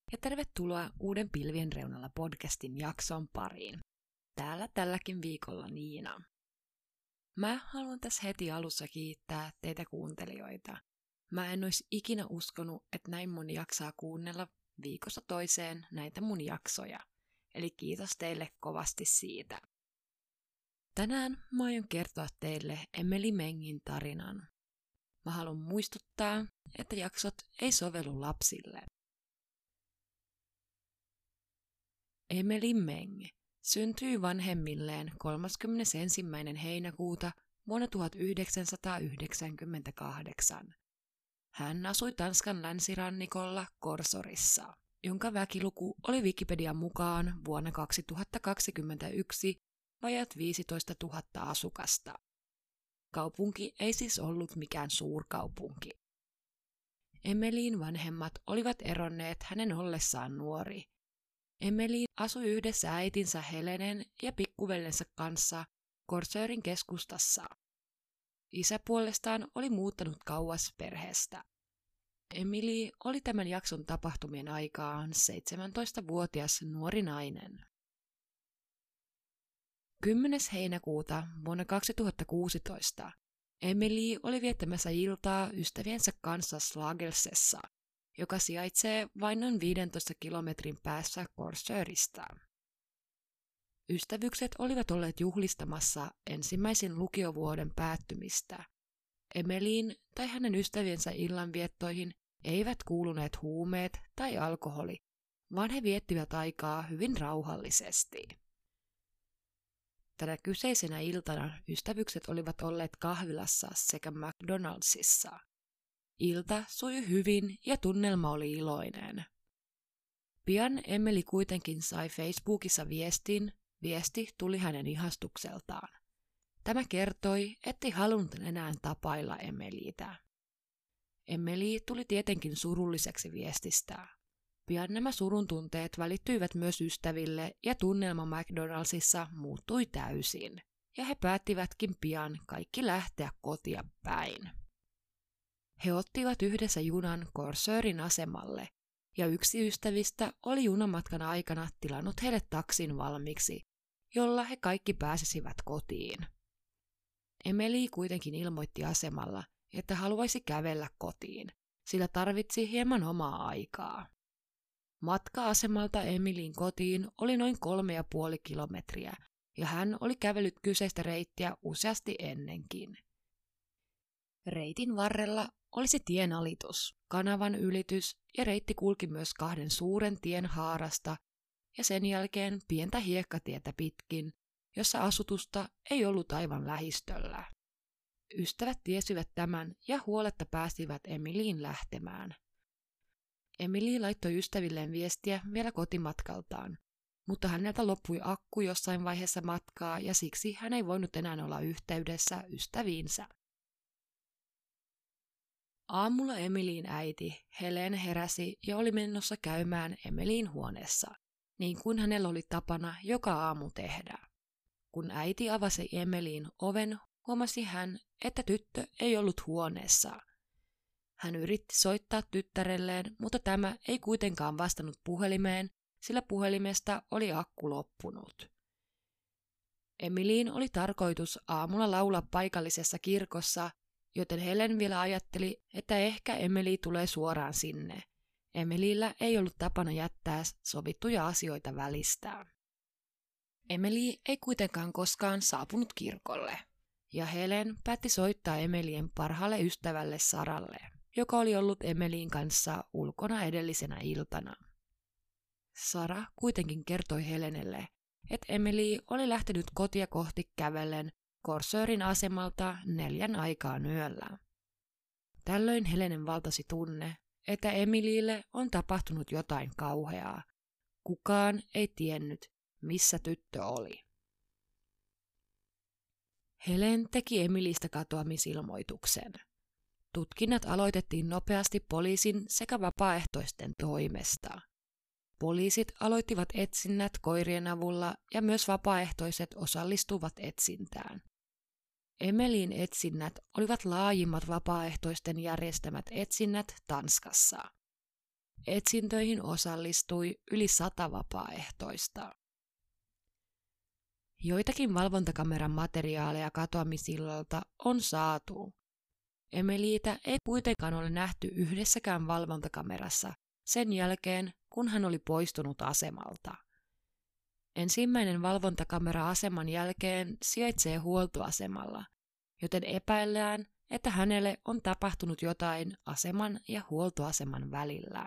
ja tervetuloa Uuden pilvien reunalla podcastin jakson pariin. Täällä tälläkin viikolla Niina. Mä haluan tässä heti alussa kiittää teitä kuuntelijoita. Mä en olisi ikinä uskonut, että näin moni jaksaa kuunnella viikosta toiseen näitä mun jaksoja. Eli kiitos teille kovasti siitä. Tänään mä aion kertoa teille Emily Mengin tarinan. Mä haluan muistuttaa, että jaksot ei sovellu lapsille. Emily Meng syntyi vanhemmilleen 31. heinäkuuta vuonna 1998. Hän asui Tanskan länsirannikolla Korsorissa, jonka väkiluku oli Wikipedian mukaan vuonna 2021 vajaat 15 000 asukasta. Kaupunki ei siis ollut mikään suurkaupunki. Emilyn vanhemmat olivat eronneet hänen ollessaan nuori. Emily asui yhdessä äitinsä Helenen ja pikkuveljensä kanssa Korsörin keskustassa. Isä puolestaan oli muuttanut kauas perheestä. Emily oli tämän jakson tapahtumien aikaan 17-vuotias nuori nainen. 10. heinäkuuta vuonna 2016 Emily oli viettämässä iltaa ystäviensä kanssa Slagelsessa, joka sijaitsee vain noin 15 kilometrin päässä Korsöristä. Ystävykset olivat olleet juhlistamassa ensimmäisen lukiovuoden päättymistä. Emilyin tai hänen ystäviensä illanviettoihin eivät kuuluneet huumeet tai alkoholi, vaan he viettivät aikaa hyvin rauhallisesti. Tänä kyseisenä iltana ystävykset olivat olleet kahvilassa sekä McDonaldsissa. Ilta sujui hyvin ja tunnelma oli iloinen. Pian Emily kuitenkin sai Facebookissa viestin. Viesti tuli hänen ihastukseltaan. Tämä kertoi, ettei halunnut enää tapailla Emilytä. Emily tuli tietenkin surulliseksi viestistä. Pian nämä surun tunteet välittyivät myös ystäville ja tunnelma McDonaldsissa muuttui täysin. Ja he päättivätkin pian kaikki lähteä kotia päin. He ottivat yhdessä junan Korsörin asemalle, ja yksi ystävistä oli junamatkan aikana tilannut heille taksin valmiiksi, jolla he kaikki pääsisivät kotiin. Emily kuitenkin ilmoitti asemalla, että haluaisi kävellä kotiin, sillä tarvitsi hieman omaa aikaa. Matka asemalta Emilyn kotiin oli noin 3,5 kilometriä, ja hän oli kävellyt kyseistä reittiä useasti ennenkin. Reitin varrella oli se tienalitus, kanavan ylitys ja reitti kulki myös 2 suuren tien haarasta ja sen jälkeen pientä hiekkatietä pitkin, jossa asutusta ei ollut aivan lähistöllä. Ystävät tiesivät tämän ja huoletta pääsivät Emilyin lähtemään. Emily laittoi ystävilleen viestiä vielä kotimatkaltaan, mutta häneltä loppui akku jossain vaiheessa matkaa ja siksi hän ei voinut enää olla yhteydessä ystäviinsä. Aamulla Emilyn äiti Helen heräsi ja oli menossa käymään Emilyn huoneessa, niin kuin hänellä oli tapana joka aamu tehdä. Kun äiti avasi Emilyn oven, huomasi hän, että tyttö ei ollut huoneessa. Hän yritti soittaa tyttärelleen, mutta tämä ei kuitenkaan vastannut puhelimeen, sillä puhelimesta oli akku loppunut. Emilyn oli tarkoitus aamulla laulaa paikallisessa kirkossa, joten Helen vielä ajatteli, että ehkä Emily tulee suoraan sinne. Emilyllä ei ollut tapana jättää sovittuja asioita välistä. Emily ei kuitenkaan koskaan saapunut kirkolle, ja Helen päätti soittaa Emilyn parhaalle ystävälle Saralle, joka oli ollut Emilyn kanssa ulkona edellisenä iltana. Sara kuitenkin kertoi Helenelle, että Emily oli lähtenyt kotia kohti kävellen Korsörin asemalta 4 aikaan yöllä. Tällöin Helenen valtasi tunne, että Emilylle on tapahtunut jotain kauheaa. Kukaan ei tiennyt, missä tyttö oli. Helen teki Emilystä katoamisilmoituksen. Tutkinnat aloitettiin nopeasti poliisin sekä vapaaehtoisten toimesta. Poliisit aloittivat etsinnät koirien avulla ja myös vapaaehtoiset osallistuvat etsintään. Emilyn etsinnät olivat laajimmat vapaaehtoisten järjestämät etsinnät Tanskassa. etsintöihin osallistui yli 100 vapaaehtoista. Joitakin valvontakameran materiaaleja katoamisillalta on saatu. Emilytä ei kuitenkaan ole nähty yhdessäkään valvontakamerassa sen jälkeen, kun hän oli poistunut asemalta. Ensimmäinen valvontakamera aseman jälkeen sijaitsee huoltoasemalla, joten epäillään, että hänelle on tapahtunut jotain aseman ja huoltoaseman välillä.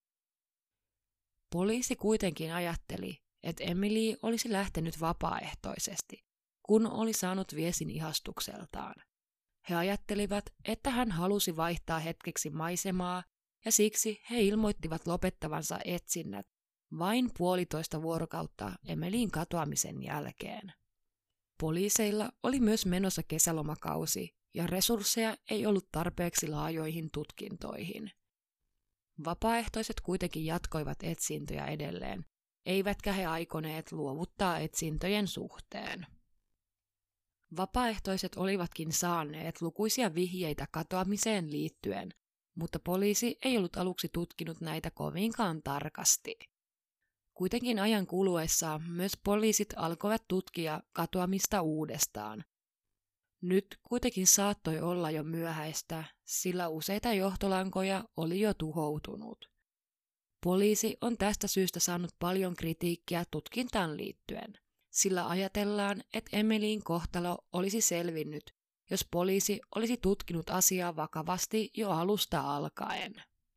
Poliisi kuitenkin ajatteli, että Emily olisi lähtenyt vapaaehtoisesti, kun oli saanut viestin ihastukseltaan. He ajattelivat, että hän halusi vaihtaa hetkeksi maisemaa, ja siksi he ilmoittivat lopettavansa etsinnät vain 1,5 vuorokautta Emelyn katoamisen jälkeen. Poliiseilla oli myös menossa kesälomakausi, ja resursseja ei ollut tarpeeksi laajoihin tutkintoihin. Vapaaehtoiset kuitenkin jatkoivat etsintöjä edelleen, eivätkä he aikoneet luovuttaa etsintöjen suhteen. Vapaaehtoiset olivatkin saaneet lukuisia vihjeitä katoamiseen liittyen, mutta poliisi ei ollut aluksi tutkinut näitä kovinkaan tarkasti. Kuitenkin ajan kuluessa myös poliisit alkoivat tutkia katoamista uudestaan. Nyt kuitenkin saattoi olla jo myöhäistä, sillä useita johtolankoja oli jo tuhoutunut. Poliisi on tästä syystä saanut paljon kritiikkiä tutkintaan liittyen, sillä ajatellaan, että Emelyn kohtalo olisi selvinnyt, jos poliisi olisi tutkinut asiaa vakavasti jo alusta alkaen.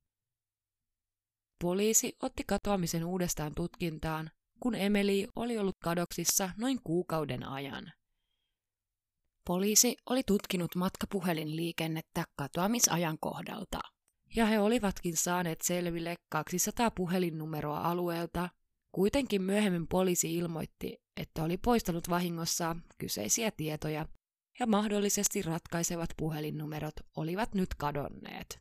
Poliisi otti katoamisen uudestaan tutkintaan, kun Emily oli ollut kadoksissa noin kuukauden ajan. Poliisi oli tutkinut matkapuhelinliikennettä katoamisajan kohdalta, ja he olivatkin saaneet selville 200 puhelinnumeroa alueelta. Kuitenkin myöhemmin poliisi ilmoitti, että oli poistanut vahingossa kyseisiä tietoja, ja mahdollisesti ratkaisevat puhelinnumerot olivat nyt kadonneet.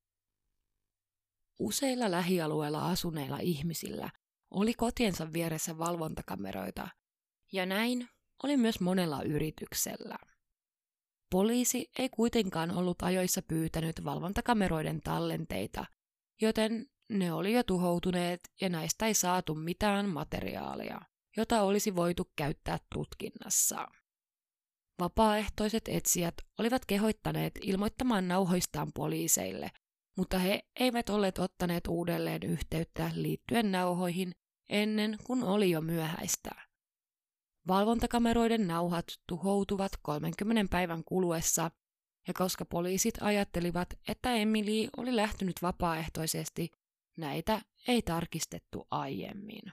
Useilla lähialueilla asuneilla ihmisillä oli kotiensa vieressä valvontakameroita, ja näin oli myös monella yrityksellä. Poliisi ei kuitenkaan ollut ajoissa pyytänyt valvontakameroiden tallenteita, joten ne oli jo tuhoutuneet ja näistä ei saatu mitään materiaalia, jota olisi voitu käyttää tutkinnassa. Vapaaehtoiset etsijät olivat kehoittaneet ilmoittamaan nauhoistaan poliiseille, mutta he eivät olleet ottaneet uudelleen yhteyttä liittyen nauhoihin ennen kuin oli jo myöhäistä. Valvontakameroiden nauhat tuhoutuvat 30 päivän kuluessa, ja koska poliisit ajattelivat, että Emily oli lähtenyt vapaaehtoisesti, näitä ei tarkistettu aiemmin.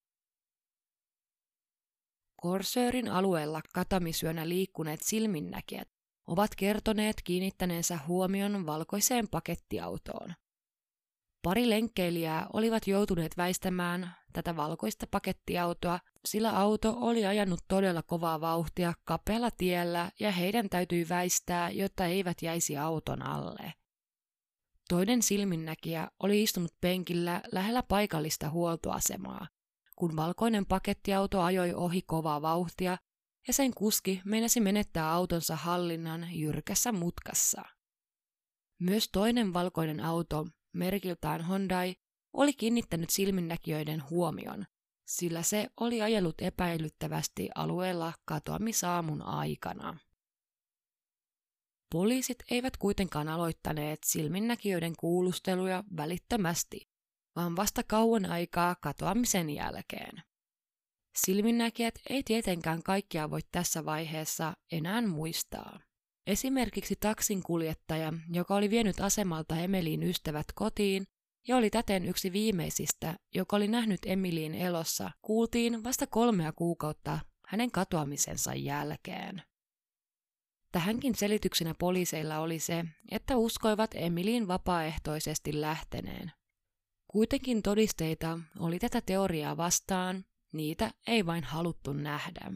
Korsöörin alueella katoamisyönä liikkuneet silminnäkijät ovat kertoneet kiinnittäneensä huomion valkoiseen pakettiautoon. Pari lenkkeilijää olivat joutuneet väistämään tätä valkoista pakettiautoa, sillä auto oli ajanut todella kovaa vauhtia kapealla tiellä ja heidän täytyi väistää, jotta eivät jäisi auton alle. Toinen silminnäkijä oli istunut penkillä lähellä paikallista huoltoasemaa, kun valkoinen pakettiauto ajoi ohi kovaa vauhtia ja sen kuski meinasi menettää autonsa hallinnan jyrkässä mutkassa. Myös toinen valkoinen auto, merkiltään Hyundai, oli kiinnittänyt silminnäkijöiden huomion, sillä se oli ajellut epäilyttävästi alueella katoamisaamun aikana. Poliisit eivät kuitenkaan aloittaneet silminnäkijöiden kuulusteluja välittömästi, vaan vasta kauan aikaa katoamisen jälkeen. Silminnäkijät ei tietenkään kaikkia voi tässä vaiheessa enää muistaa. Esimerkiksi taksinkuljettaja, joka oli vienyt asemalta Emelyn ystävät kotiin ja oli täten yksi viimeisistä, joka oli nähnyt Emelyn elossa, kuultiin vasta 3 kuukautta hänen katoamisensa jälkeen. Tähänkin selityksenä poliiseilla oli se, että uskoivat Emelyn vapaaehtoisesti lähteneen. Kuitenkin todisteita oli tätä teoriaa vastaan, niitä ei vain haluttu nähdä.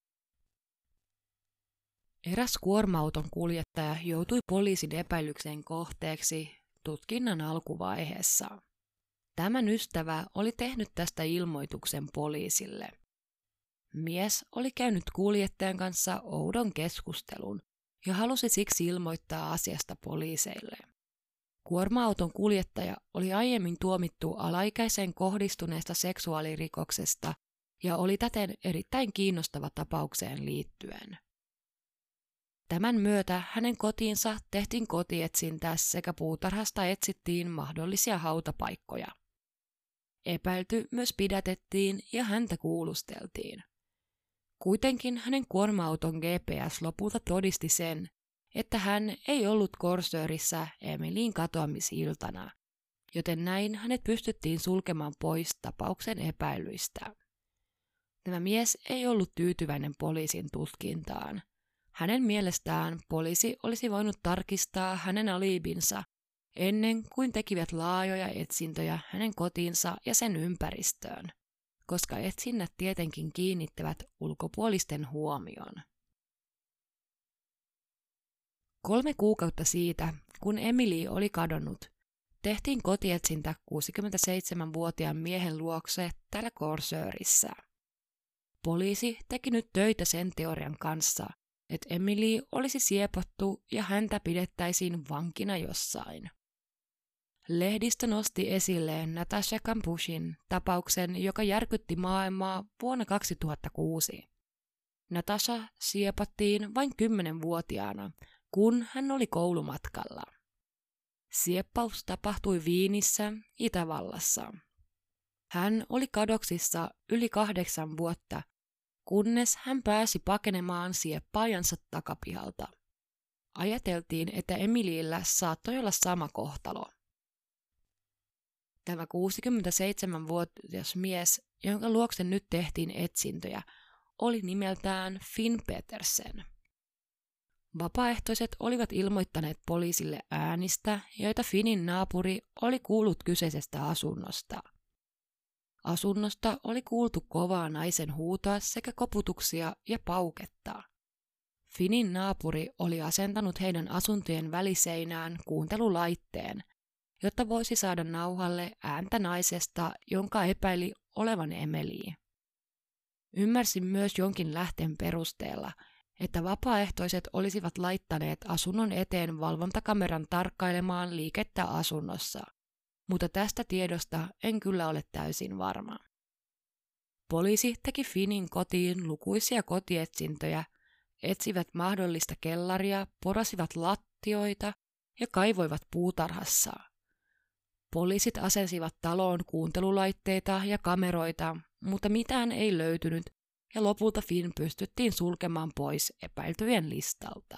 Eräs kuorma-auton kuljettaja joutui poliisin epäilyksen kohteeksi tutkinnan alkuvaiheessa. Tämän ystävä oli tehnyt tästä ilmoituksen poliisille. Mies oli käynyt kuljettajan kanssa oudon keskustelun ja halusi siksi ilmoittaa asiasta poliiseille. Kuorma-auton kuljettaja oli aiemmin tuomittu alaikäiseen kohdistuneesta seksuaalirikoksesta ja oli täten erittäin kiinnostava tapaukseen liittyen. Tämän myötä hänen kotiinsa tehtiin kotietsintä sekä puutarhasta etsittiin mahdollisia hautapaikkoja. Epäilty myös pidätettiin ja häntä kuulusteltiin. Kuitenkin hänen kuorma-auton GPS lopulta todisti sen, että hän ei ollut Corsairissa Emilyn katoamisiltana, joten näin hänet pystyttiin sulkemaan pois tapauksen epäilyistä. Tämä mies ei ollut tyytyväinen poliisin tutkintaan. Hänen mielestään poliisi olisi voinut tarkistaa hänen alibinsa ennen kuin tekivät laajoja etsintöjä hänen kotiinsa ja sen ympäristöön, koska etsinnät tietenkin kiinnittävät ulkopuolisten huomion. 3 kuukautta siitä, kun Emily oli kadonnut, tehtiin kotietsintä 67-vuotiaan miehen luokse täällä Corsairissa. Poliisi teki nyt töitä sen teorian kanssa, että Emily olisi siepattu ja häntä pidettäisiin vankina jossain. Lehdistö nosti esille Natasha Kampushin tapauksen, joka järkytti maailmaa vuonna 2006. Natasha siepattiin vain 10-vuotiaana, kun hän oli koulumatkalla. Sieppaus tapahtui Wienissä, Itävallassa. Hän oli kadoksissa yli 8 vuotta, kunnes hän pääsi pakenemaan sieppaajansa takapihalta. Ajateltiin, että Emilyllä saattoi olla sama kohtalo. Tämä 67-vuotias mies, jonka luokse nyt tehtiin etsintöjä, oli nimeltään Finn Petersen. Vapaaehtoiset olivat ilmoittaneet poliisille äänistä, joita Finnin naapuri oli kuullut kyseisestä asunnosta. Asunnosta oli kuultu kovaa naisen huutoa sekä koputuksia ja pauketta. Finnin naapuri oli asentanut heidän asuntojen väliseinään kuuntelulaitteen, jotta voisi saada nauhalle ääntä naisesta, jonka epäili olevan Emily. Ymmärsin myös jonkin lähteen perusteella, että vapaaehtoiset olisivat laittaneet asunnon eteen valvontakameran tarkkailemaan liikettä asunnossa, mutta tästä tiedosta en kyllä ole täysin varma. Poliisi teki Finnin kotiin lukuisia kotietsintöjä, etsivät mahdollista kellaria, porasivat lattioita ja kaivoivat puutarhassa. Poliisit asensivat taloon kuuntelulaitteita ja kameroita, mutta mitään ei löytynyt ja lopulta Finn pystyttiin sulkemaan pois epäiltyjen listalta.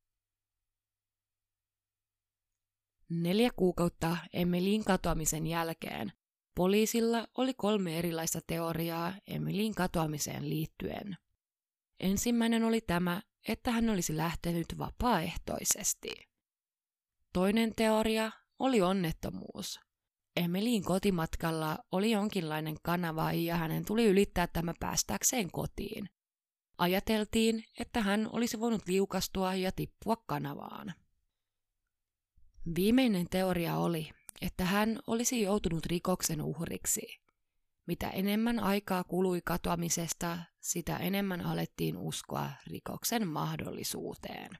4 kuukautta Emilyn katoamisen jälkeen poliisilla oli 3 erilaista teoriaa Emilyn katoamiseen liittyen. Ensimmäinen oli tämä, että hän olisi lähtenyt vapaaehtoisesti. Toinen teoria oli onnettomuus. Emilyn kotimatkalla oli jonkinlainen kanava ja hänen tuli ylittää tämä päästäkseen kotiin. Ajateltiin, että hän olisi voinut liukastua ja tippua kanavaan. Viimeinen teoria oli, että hän olisi joutunut rikoksen uhriksi. Mitä enemmän aikaa kului katoamisesta, sitä enemmän alettiin uskoa rikoksen mahdollisuuteen.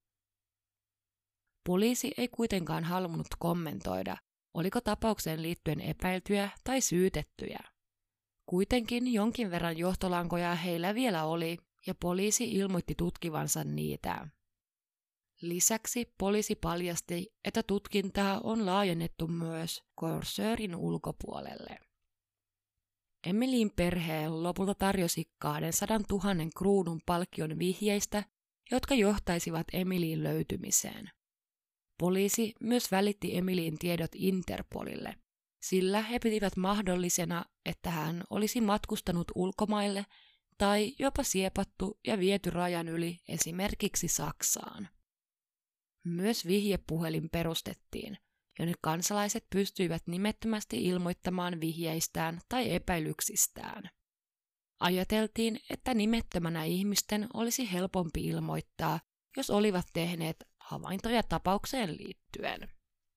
Poliisi ei kuitenkaan halunnut kommentoida, oliko tapaukseen liittyen epäiltyjä tai syytettyjä. Kuitenkin jonkin verran johtolankoja heillä vielä oli, ja poliisi ilmoitti tutkivansa niitä. Lisäksi poliisi paljasti, että tutkintaa on laajennettu myös Corsairin ulkopuolelle. Emilyn perhe lopulta tarjosi 200 000 kruunun palkkion vihjeistä, jotka johtaisivat Emilyn löytymiseen. Poliisi myös välitti Emilyn tiedot Interpolille, sillä he pitivät mahdollisena, että hän olisi matkustanut ulkomaille tai jopa siepattu ja viety rajan yli esimerkiksi Saksaan. Myös vihjepuhelin perustettiin, jonne kansalaiset pystyivät nimettömästi ilmoittamaan vihjeistään tai epäilyksistään. Ajateltiin, että nimettömänä ihmisten olisi helpompi ilmoittaa, jos olivat tehneet havaintoja tapaukseen liittyen.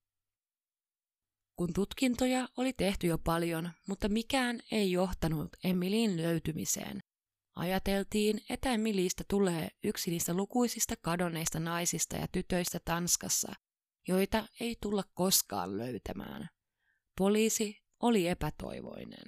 Kun tutkintoja oli tehty jo paljon, mutta mikään ei johtanut Emilyn löytymiseen, ajateltiin, että Emilystä tulee yksi niistä lukuisista kadonneista naisista ja tytöistä Tanskassa, joita ei tulla koskaan löytämään. Poliisi oli epätoivoinen.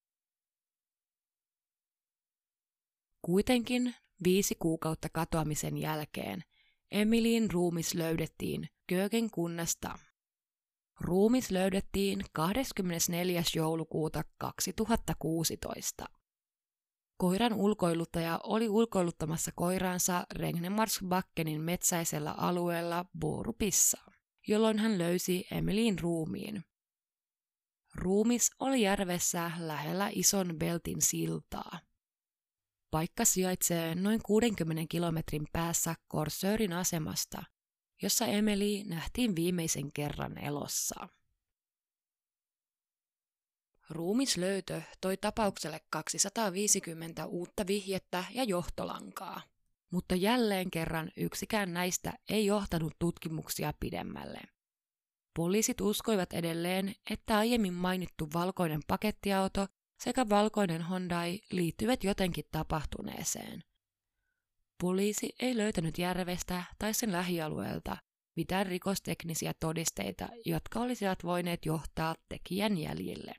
Kuitenkin 5 kuukautta katoamisen jälkeen Emilyn ruumis löydettiin Kööken kunnasta. Ruumis löydettiin 24. joulukuuta 2016. Koiran ulkoiluttaja oli ulkoiluttamassa koiraansa Regnermarsbackenin metsäisellä alueella Borupissa, jolloin hän löysi Emilyn ruumiin. Ruumis oli järvessä lähellä Ison Beltin siltaa. Paikka sijaitsee noin 60 kilometrin päässä Korsörin asemasta, jossa Emily nähtiin viimeisen kerran elossa. Ruumislöytö toi tapaukselle 250 uutta vihjettä ja johtolankaa, mutta jälleen kerran yksikään näistä ei johtanut tutkimuksia pidemmälle. Poliisit uskoivat edelleen, että aiemmin mainittu valkoinen pakettiauto sekä valkoinen Hyundai liittyvät jotenkin tapahtuneeseen. Poliisi ei löytänyt järvestä tai sen lähialueelta mitään rikosteknisiä todisteita, jotka olisivat voineet johtaa tekijän jäljille.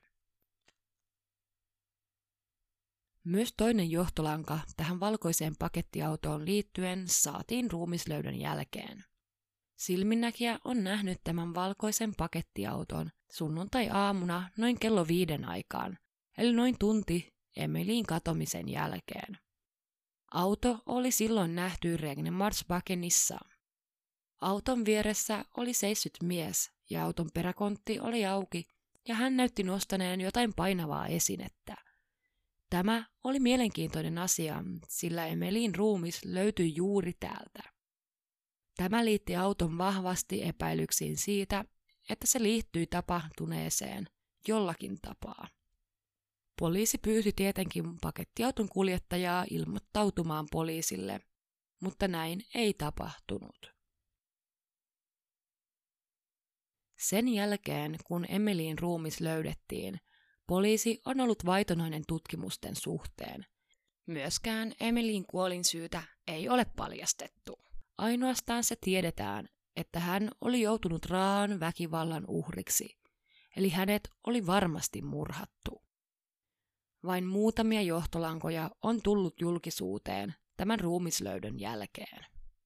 Myös toinen johtolanka tähän valkoiseen pakettiautoon liittyen saatiin ruumislöydön jälkeen. Silminnäkijä on nähnyt tämän valkoisen pakettiauton sunnuntai-aamuna noin kello 5 aikaan, eli noin tunti Emilyn katomisen jälkeen. Auto oli silloin nähty Regnermarsbackenissa. Auton vieressä oli seissyt mies ja auton peräkontti oli auki ja hän näytti nostaneen jotain painavaa esinettä. Tämä oli mielenkiintoinen asia, sillä Emilyn ruumis löytyi juuri täältä. Tämä liitti auton vahvasti epäilyksiin siitä, että se liittyi tapahtuneeseen jollakin tapaa. Poliisi pyysi tietenkin pakettiauton kuljettajaa ilmoittautumaan poliisille, mutta näin ei tapahtunut. Sen jälkeen, kun Emilyn ruumis löydettiin, poliisi on ollut vaitonainen tutkimusten suhteen. Myöskään Emilyn kuolinsyytä ei ole paljastettu. Ainoastaan se tiedetään, että hän oli joutunut raaan väkivallan uhriksi, eli hänet oli varmasti murhattu. Vain muutamia johtolankoja on tullut julkisuuteen tämän ruumislöydön jälkeen.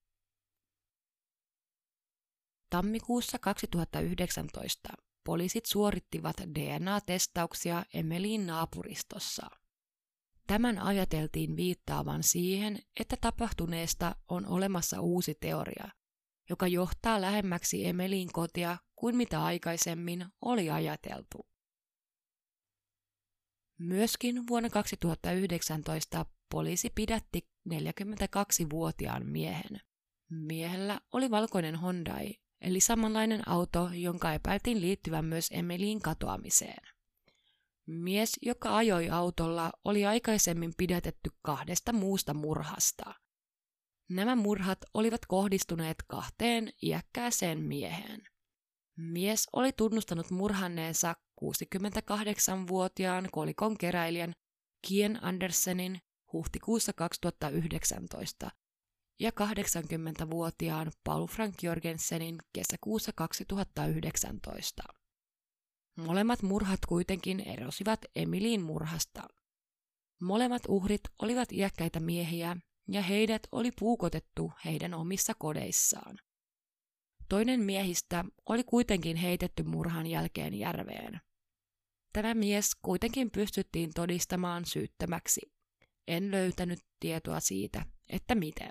Tammikuussa 2019 poliisit suorittivat DNA-testauksia Emilyn naapuristossa. Tämän ajateltiin viittaavan siihen, että tapahtuneesta on olemassa uusi teoria, joka johtaa lähemmäksi Emilyn kotia kuin mitä aikaisemmin oli ajateltu. Myöskin vuonna 2019 poliisi pidätti 42-vuotiaan miehen. Miehellä oli valkoinen Hyundai, eli samanlainen auto, jonka epäiltiin liittyvän myös Emilyn katoamiseen. Mies, joka ajoi autolla, oli aikaisemmin pidätetty 2 muusta murhasta. Nämä murhat olivat kohdistuneet 2 iäkkääseen mieheen. Mies oli tunnustanut murhanneensa 68-vuotiaan kolikon keräilijän Kian Andersenin huhtikuussa 2019 ja 80-vuotiaan Paul Frank Jorgensenin kesäkuussa 2019. Molemmat murhat kuitenkin erosivat Emilyn murhasta. Molemmat uhrit olivat iäkkäitä miehiä ja heidät oli puukotettu heidän omissa kodeissaan. Toinen miehistä oli kuitenkin heitetty murhan jälkeen järveen. Tämä mies kuitenkin pystyttiin todistamaan syyttömäksi. En löytänyt tietoa siitä, että miten.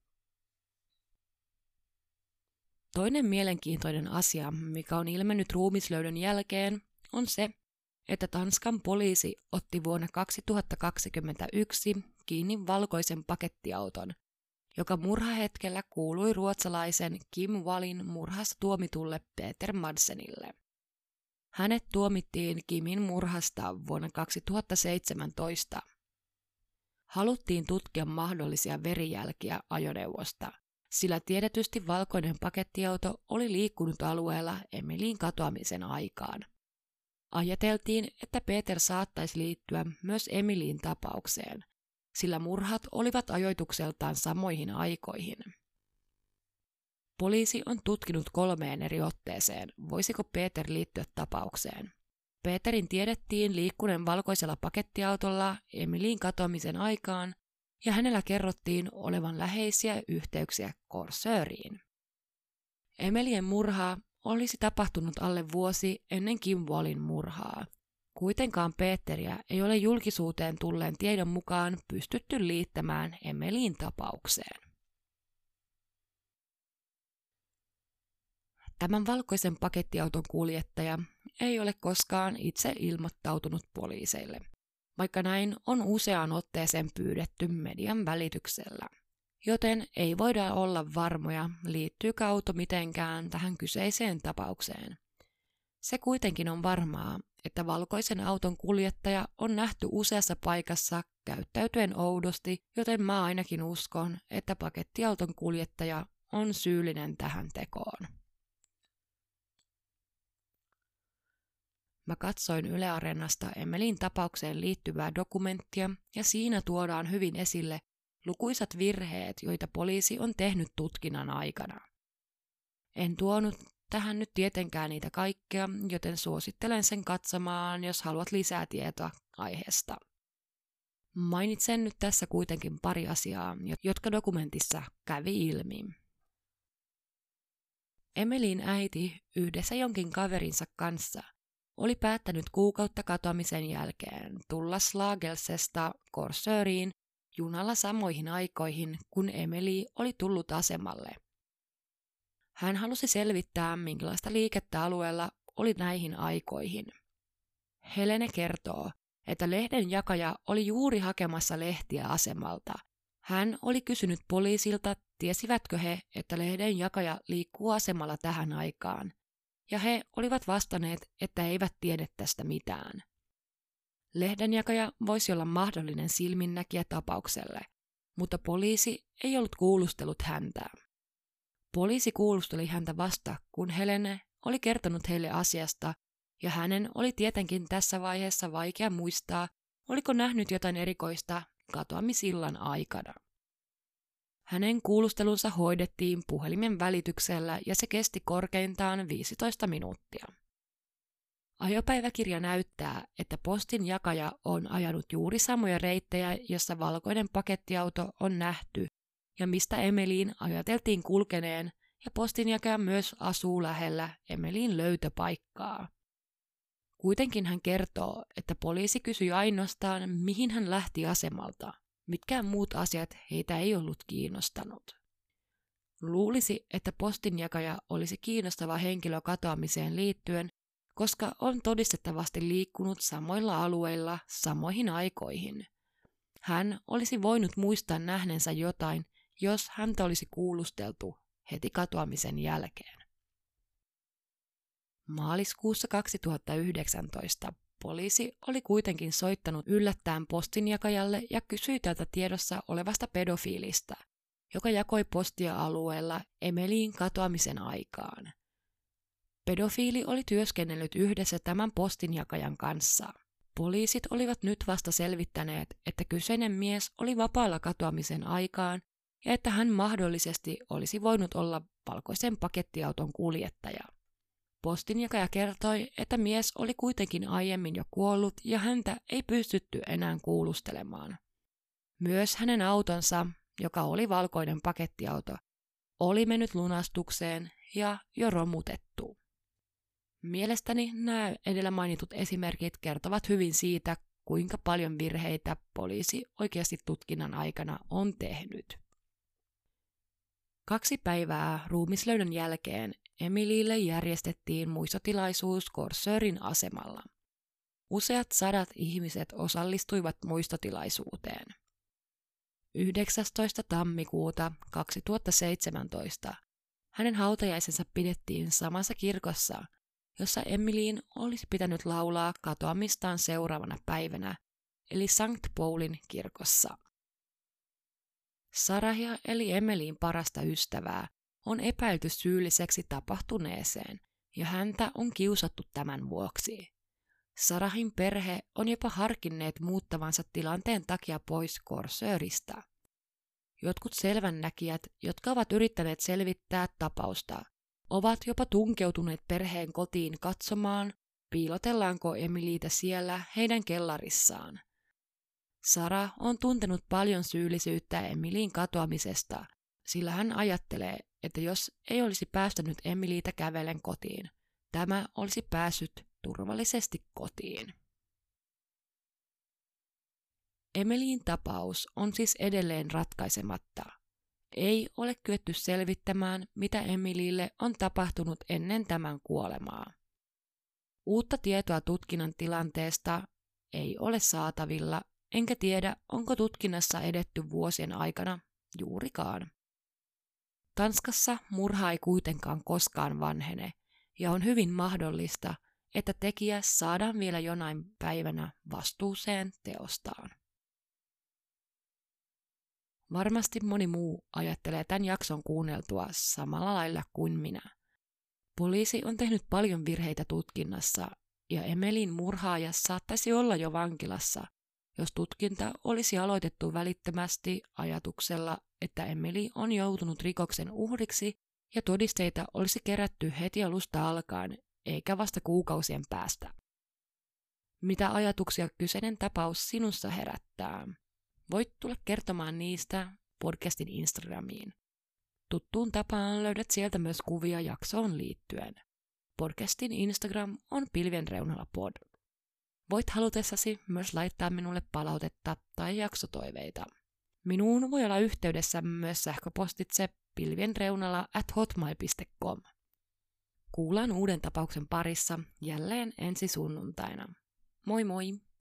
Toinen mielenkiintoinen asia, mikä on ilmennyt ruumislöydön jälkeen, on se, että Tanskan poliisi otti vuonna 2021 kiinni valkoisen pakettiauton, joka murhahetkellä kuului ruotsalaisen Kim Wallin murhasta tuomitulle Peter Madsenille. Hänet tuomittiin Kimin murhasta vuonna 2017. Haluttiin tutkia mahdollisia verijälkiä ajoneuvosta, sillä tiedetysti valkoinen pakettiauto oli liikkunut alueella Emilyn katoamisen aikaan. Ajateltiin, että Peter saattaisi liittyä myös Emilyn tapaukseen, sillä murhat olivat ajoitukseltaan samoihin aikoihin. poliisi on tutkinut 3 eri otteeseen, voisiko Peter liittyä tapaukseen. Peterin tiedettiin liikkuneen valkoisella pakettiautolla Emilyn katoamisen aikaan, ja hänellä kerrottiin olevan läheisiä yhteyksiä Corsairiin. Emilyn murha olisi tapahtunut alle vuosi ennen Kim Wallin murhaa. Kuitenkaan Peteriä ei ole julkisuuteen tulleen tiedon mukaan pystytty liittämään Emilyn tapaukseen. Tämän valkoisen pakettiauton kuljettaja ei ole koskaan itse ilmoittautunut poliiseille, vaikka näin on useaan otteeseen pyydetty median välityksellä. Joten ei voida olla varmoja, liittyykö auto mitenkään tähän kyseiseen tapaukseen. Se kuitenkin on varmaa, että valkoisen auton kuljettaja on nähty useassa paikassa käyttäytyen oudosti, joten mä ainakin uskon, että pakettiauton kuljettaja on syyllinen tähän tekoon. Mä katsoin Yle Areenasta Emilyn tapaukseen liittyvää dokumenttia ja siinä tuodaan hyvin esille lukuisat virheet, joita poliisi on tehnyt tutkinnan aikana. En tuonut tähän nyt tietenkään niitä kaikkea, joten suosittelen sen katsomaan, jos haluat lisää tietoa aiheesta. Mainitsen nyt tässä kuitenkin pari asiaa, jotka dokumentissa kävi ilmi. Emilyn äiti yhdessä jonkin kaverinsa kanssa oli päättänyt kuukautta katoamisen jälkeen tulla Slagelsesta Corsairiin junalla samoihin aikoihin, kun Emily oli tullut asemalle. Hän halusi selvittää, minkälaista liikettä alueella oli näihin aikoihin. Helene kertoo, että lehden jakaja oli juuri hakemassa lehtiä asemalta. Hän oli kysynyt poliisilta, tiesivätkö he, että lehden jakaja liikkuu asemalla tähän aikaan, ja he olivat vastanneet, että eivät tiedä tästä mitään. Lehdenjakaja voisi olla mahdollinen silminnäkijä tapaukselle, mutta poliisi ei ollut kuulustellut häntä. Poliisi kuulusteli häntä vasta, kun Helene oli kertonut heille asiasta, ja hänen oli tietenkin tässä vaiheessa vaikea muistaa, oliko nähnyt jotain erikoista katoamisillan aikana. Hänen kuulustelunsa hoidettiin puhelimen välityksellä ja se kesti korkeintaan 15 minuuttia. Ajopäiväkirja näyttää, että postin jakaja on ajanut juuri samoja reittejä, jossa valkoinen pakettiauto on nähty ja mistä Emilyn ajateltiin kulkeneen, ja postinjakaja myös asuu lähellä Emilyn löytöpaikkaa. Kuitenkin hän kertoo, että poliisi kysyi ainoastaan, mihin hän lähti asemalta. Mitkään muut asiat heitä ei ollut kiinnostanut. Luulisi, että postinjakaja olisi kiinnostava henkilö katoamiseen liittyen, koska on todistettavasti liikkunut samoilla alueilla samoihin aikoihin. Hän olisi voinut muistaa nähneensä jotain, jos häntä olisi kuulusteltu heti katoamisen jälkeen. Maaliskuussa 2019 poliisi oli kuitenkin soittanut yllättäen postinjakajalle ja kysyi tältä tiedossa olevasta pedofiilista, joka jakoi postia alueella Emilyn katoamisen aikaan. Pedofiili oli työskennellyt yhdessä tämän postinjakajan kanssa. Poliisit olivat nyt vasta selvittäneet, että kyseinen mies oli vapaalla katoamisen aikaan ja että hän mahdollisesti olisi voinut olla valkoisen pakettiauton kuljettaja. Postinjakaja kertoi, että mies oli kuitenkin aiemmin jo kuollut ja häntä ei pystytty enää kuulustelemaan. Myös hänen autonsa, joka oli valkoinen pakettiauto, oli mennyt lunastukseen ja jo romutettu. Mielestäni nämä edellä mainitut esimerkit kertovat hyvin siitä, kuinka paljon virheitä poliisi oikeasti tutkinnan aikana on tehnyt. 2 päivää ruumislöydön jälkeen Emilylle järjestettiin muistotilaisuus Corsairin asemalla. Useat 100 ihmiset osallistuivat muistotilaisuuteen. 19. tammikuuta 2017 hänen hautajaisensa pidettiin samassa kirkossa, jossa Emilyn olisi pitänyt laulaa katoamistaan seuraavana päivänä, eli St. Paulin kirkossa. Sarahia eli Emilyn parasta ystävää on epäilty syylliseksi tapahtuneeseen ja häntä on kiusattu tämän vuoksi. Sarahin perhe on jopa harkinneet muuttavansa tilanteen takia pois Corsairista. jotkut selvännäkijät, jotka ovat yrittäneet selvittää tapausta, ovat jopa tunkeutuneet perheen kotiin katsomaan, piilotellaanko Emilytä siellä heidän kellarissaan. Sara on tuntenut paljon syyllisyyttä Emilyn katoamisesta, sillä hän ajattelee, että jos ei olisi päästänyt Emilytä kävellen kotiin, tämä olisi päässyt turvallisesti kotiin. Emilyn tapaus on siis edelleen ratkaisematta. Ei ole kyetty selvittämään, mitä Emilylle on tapahtunut ennen tämän kuolemaa. Uutta tietoa tutkinnan tilanteesta ei ole saatavilla, enkä tiedä, onko tutkinnassa edetty vuosien aikana juurikaan. Tanskassa murha ei kuitenkaan koskaan vanhene, ja on hyvin mahdollista, että tekijä saadaan vielä jonain päivänä vastuuseen teostaan. Varmasti moni muu ajattelee tämän jakson kuunneltua samalla lailla kuin minä. Poliisi on tehnyt paljon virheitä tutkinnassa, ja Emilyn murhaaja saattaisi olla jo vankilassa, jos tutkinta olisi aloitettu välittömästi ajatuksella, että Emily on joutunut rikoksen uhriksi ja todisteita olisi kerätty heti alusta alkaen, eikä vasta kuukausien päästä. Mitä ajatuksia kyseinen tapaus sinussa herättää? Voit tulla kertomaan niistä podcastin Instagramiin. Tuttuun tapaan löydät sieltä myös kuvia jaksoon liittyen. Podcastin Instagram on Pilvien reunalla pod. Voit halutessasi myös laittaa minulle palautetta tai jaksotoiveita. Minuun voi olla yhteydessä myös sähköpostitse pilvienreunala@hotmail.com. Kuullaan uuden tapauksen parissa jälleen ensi sunnuntaina. Moi moi!